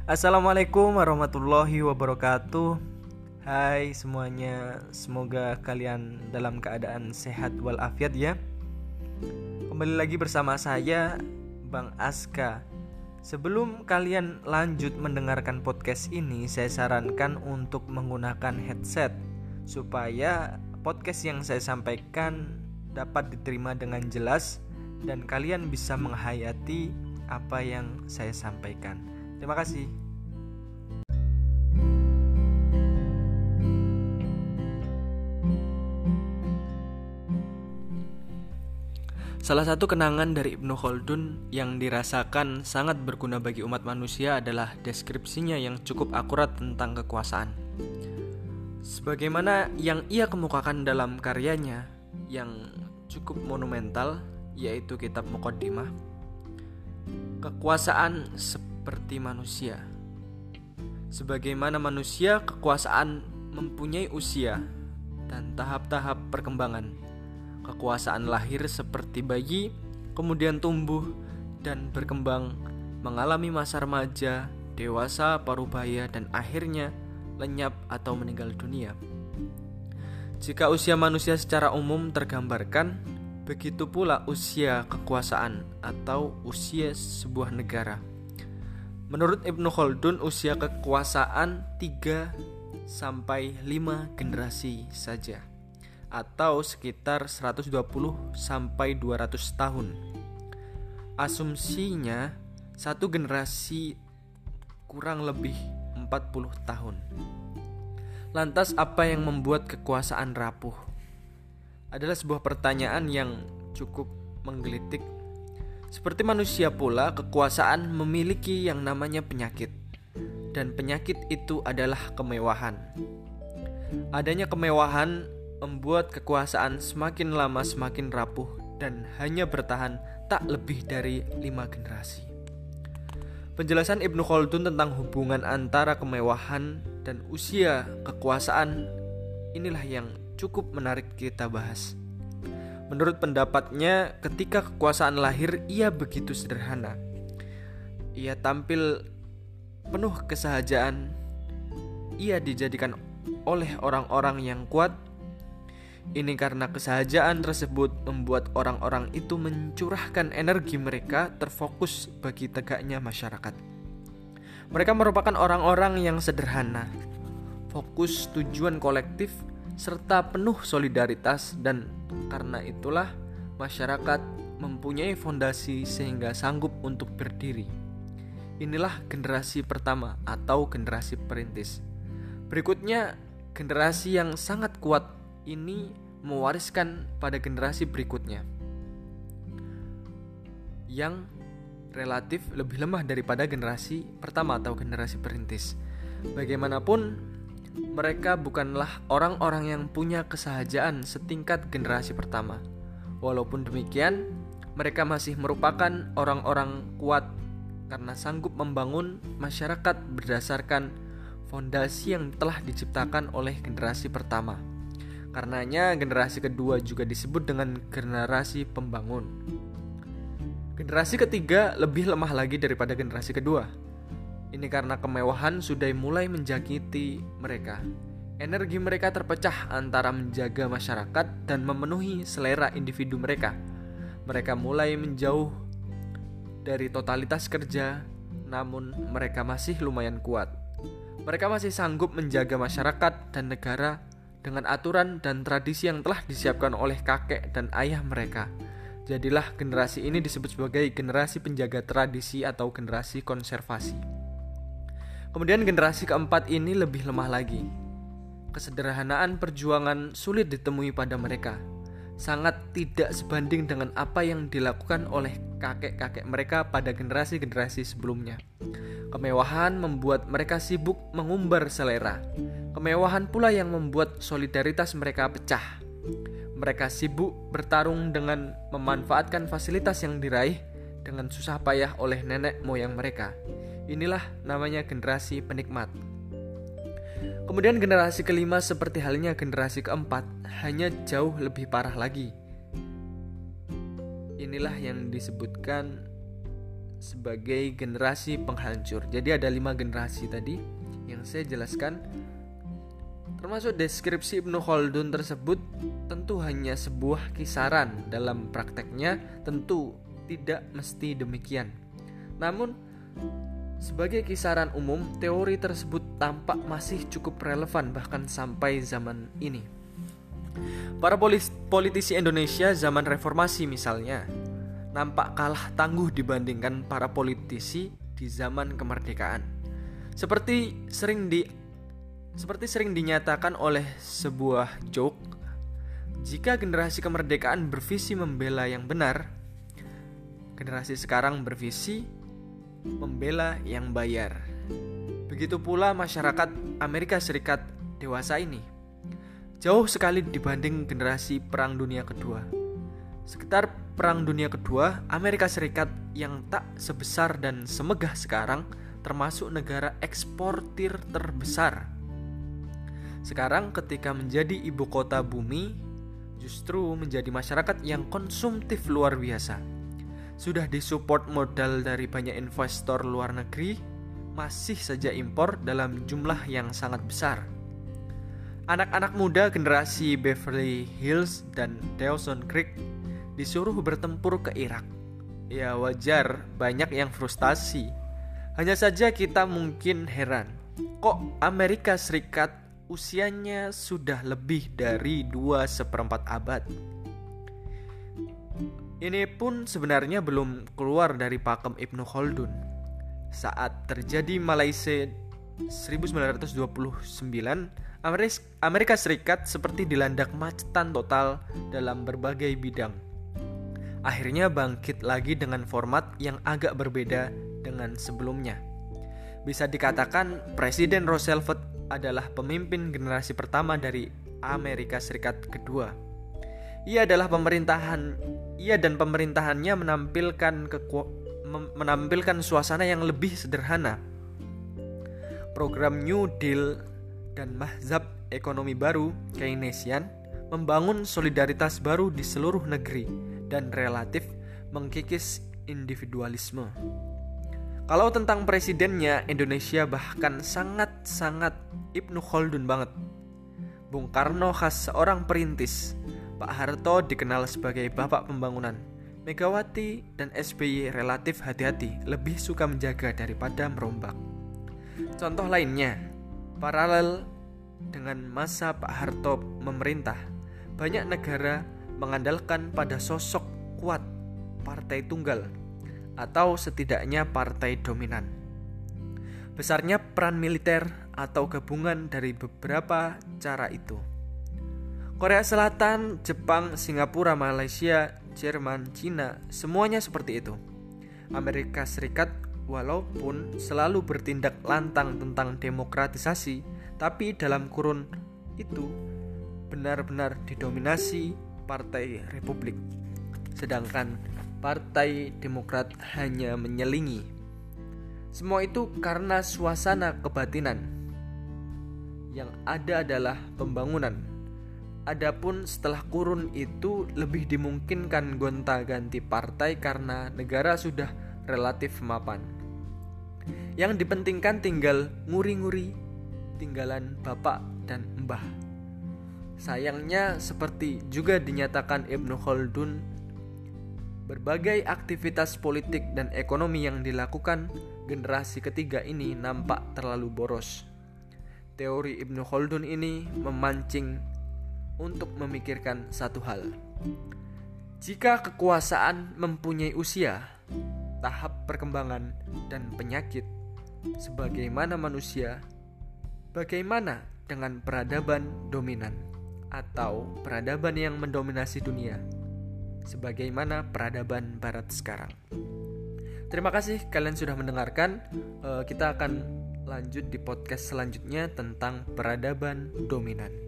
Assalamualaikum warahmatullahi wabarakatuh. Hai semuanya, semoga kalian dalam keadaan sehat walafiat ya. Kembali lagi bersama saya, Bang Aska. Sebelum kalian lanjut mendengarkan podcast ini, saya sarankan untuk menggunakan headset supaya podcast yang saya sampaikan dapat diterima dengan jelas dan kalian bisa menghayati apa yang saya sampaikan. Terima kasih. Salah satu kenangan dari Ibnu Khaldun yang dirasakan sangat berguna bagi umat manusia adalah deskripsinya yang cukup akurat tentang kekuasaan. Sebagaimana yang ia kemukakan dalam karyanya yang cukup monumental, yaitu kitab Muqaddimah, kekuasaan seperti manusia. Sebagaimana manusia, kekuasaan mempunyai usia dan tahap-tahap perkembangan. Kekuasaan lahir seperti bayi, kemudian tumbuh dan berkembang, mengalami masa remaja, dewasa, parubaya, dan akhirnya lenyap atau meninggal dunia. Jika usia manusia secara umum tergambarkan, begitu pula usia kekuasaan atau usia sebuah negara. Menurut Ibnu Khaldun, usia kekuasaan 3-5 generasi saja, atau sekitar 120-200 tahun. Asumsinya, satu generasi kurang lebih 40 tahun. Lantas apa yang membuat kekuasaan rapuh? Adalah sebuah pertanyaan yang cukup menggelitik. Seperti manusia pula, kekuasaan memiliki yang namanya penyakit. Dan penyakit itu adalah kemewahan. Adanya kemewahan membuat kekuasaan semakin lama semakin rapuh dan hanya bertahan tak lebih dari 5 generasi. Penjelasan Ibnu Khaldun tentang hubungan antara kemewahan dan usia kekuasaan inilah yang cukup menarik kita bahas. Menurut pendapatnya, ketika kekuasaan lahir, ia begitu sederhana. Ia tampil penuh kesahajaan. Ia dijadikan oleh orang-orang yang kuat. Ini karena kesahajaan tersebut membuat orang-orang itu mencurahkan energi mereka terfokus bagi tegaknya masyarakat. Mereka merupakan orang-orang yang sederhana, fokus tujuan kolektif, serta penuh solidaritas, dan karena itulah masyarakat mempunyai fondasi sehingga sanggup untuk berdiri. Inilah generasi pertama atau generasi perintis. Berikutnya, generasi yang sangat kuat ini mewariskan pada generasi berikutnya yang relatif lebih lemah daripada generasi pertama atau generasi perintis. Bagaimanapun, mereka bukanlah orang-orang yang punya kesahajaan setingkat generasi pertama. Walaupun demikian, mereka masih merupakan orang-orang kuat karena sanggup membangun masyarakat berdasarkan fondasi yang telah diciptakan oleh generasi pertama. Karenanya generasi kedua juga disebut dengan generasi pembangun. Generasi ketiga lebih lemah lagi daripada generasi kedua. Ini karena kemewahan sudah mulai menjangkiti mereka. Energi mereka terpecah antara menjaga masyarakat dan memenuhi selera individu mereka. Mereka mulai menjauh dari totalitas kerja, namun mereka masih lumayan kuat. Mereka masih sanggup menjaga masyarakat dan negara dengan aturan dan tradisi yang telah disiapkan oleh kakek dan ayah mereka. Jadilah generasi ini disebut sebagai generasi penjaga tradisi atau generasi konservasi. Kemudian generasi keempat ini lebih lemah lagi. Kesederhanaan perjuangan sulit ditemui pada mereka. Sangat tidak sebanding dengan apa yang dilakukan oleh kakek-kakek mereka pada generasi-generasi sebelumnya. Kemewahan membuat mereka sibuk mengumbar selera. Kemewahan pula yang membuat solidaritas mereka pecah. Mereka sibuk bertarung dengan memanfaatkan fasilitas yang diraih dengan susah payah oleh nenek moyang mereka. Inilah namanya generasi penikmat. Kemudian generasi kelima seperti halnya generasi keempat, hanya jauh lebih parah lagi. Inilah yang disebutkan sebagai generasi penghancur. Jadi ada 5 generasi tadi yang saya jelaskan. Termasuk deskripsi Ibnu Khaldun tersebut tentu hanya sebuah kisaran. Dalam prakteknya tentu tidak mesti demikian. Namun sebagai kisaran umum, teori tersebut tampak masih cukup relevan bahkan sampai zaman ini. Para politisi Indonesia zaman reformasi misalnya nampak kalah tangguh dibandingkan para politisi di zaman kemerdekaan. Seperti sering dinyatakan oleh sebuah joke, jika generasi kemerdekaan bervisi membela yang benar, generasi sekarang bervisi membela yang bayar. Begitu pula masyarakat Amerika Serikat dewasa ini, jauh sekali dibanding generasi Perang Dunia Kedua. Sekitar Perang Dunia Kedua, Amerika Serikat yang tak sebesar dan semegah sekarang termasuk negara eksportir terbesar. Sekarang ketika menjadi ibu kota bumi, justru menjadi masyarakat yang konsumtif luar biasa. Sudah disupport modal dari banyak investor luar negeri, masih saja impor dalam jumlah yang sangat besar. Anak-anak muda generasi Beverly Hills dan Dawson Creek disuruh bertempur ke Irak. Ya wajar, banyak yang frustasi. Hanya saja kita mungkin heran, kok Amerika Serikat usianya sudah lebih dari 2/4 abad. Ini pun sebenarnya belum keluar dari pakem Ibnu Khaldun. Saat terjadi Malaysia 1929, Amerika Serikat seperti dilanda kemacetan total dalam berbagai bidang. Akhirnya bangkit lagi dengan format yang agak berbeda dengan sebelumnya. Bisa dikatakan Presiden Roosevelt adalah pemimpin generasi pertama dari Amerika Serikat kedua. Ia dan pemerintahannya menampilkan suasana yang lebih sederhana. Program New Deal dan mazhab ekonomi baru Keynesian membangun solidaritas baru di seluruh negeri dan relatif mengkikis individualisme. Kalau tentang presidennya, Indonesia bahkan sangat-sangat Ibnu Khaldun banget. Bung Karno khas seorang perintis, Pak Harto dikenal sebagai bapak pembangunan. Megawati dan SBY relatif hati-hati, lebih suka menjaga daripada merombak. Contoh lainnya, paralel dengan masa Pak Harto memerintah, banyak negara mengandalkan pada sosok kuat partai tunggal atau setidaknya partai dominan. Besarnya peran militer atau gabungan dari beberapa cara itu. Korea Selatan, Jepang, Singapura, Malaysia, Jerman, Cina, semuanya seperti itu. Amerika Serikat walaupun selalu bertindak lantang tentang demokratisasi, tapi dalam kurun itu benar-benar didominasi Partai Republik. Sedangkan Partai Demokrat hanya menyelingi. Semua itu karena suasana kebatinan. Yang ada adalah pembangunan. Adapun setelah kurun itu lebih dimungkinkan gonta-ganti partai karena negara sudah relatif mapan. Yang dipentingkan tinggal nguri-nguri tinggalan bapak dan mbah. Sayangnya seperti juga dinyatakan Ibnu Khaldun, berbagai aktivitas politik dan ekonomi yang dilakukan generasi ketiga ini nampak terlalu boros. Teori Ibnu Khaldun ini memancing untuk memikirkan satu hal. Jika kekuasaan mempunyai usia, tahap perkembangan, dan penyakit, sebagaimana manusia, bagaimana dengan peradaban dominan atau peradaban yang mendominasi dunia, sebagaimana peradaban barat sekarang? Terima kasih kalian sudah mendengarkan. Kita akan lanjut di podcast selanjutnya tentang peradaban dominan.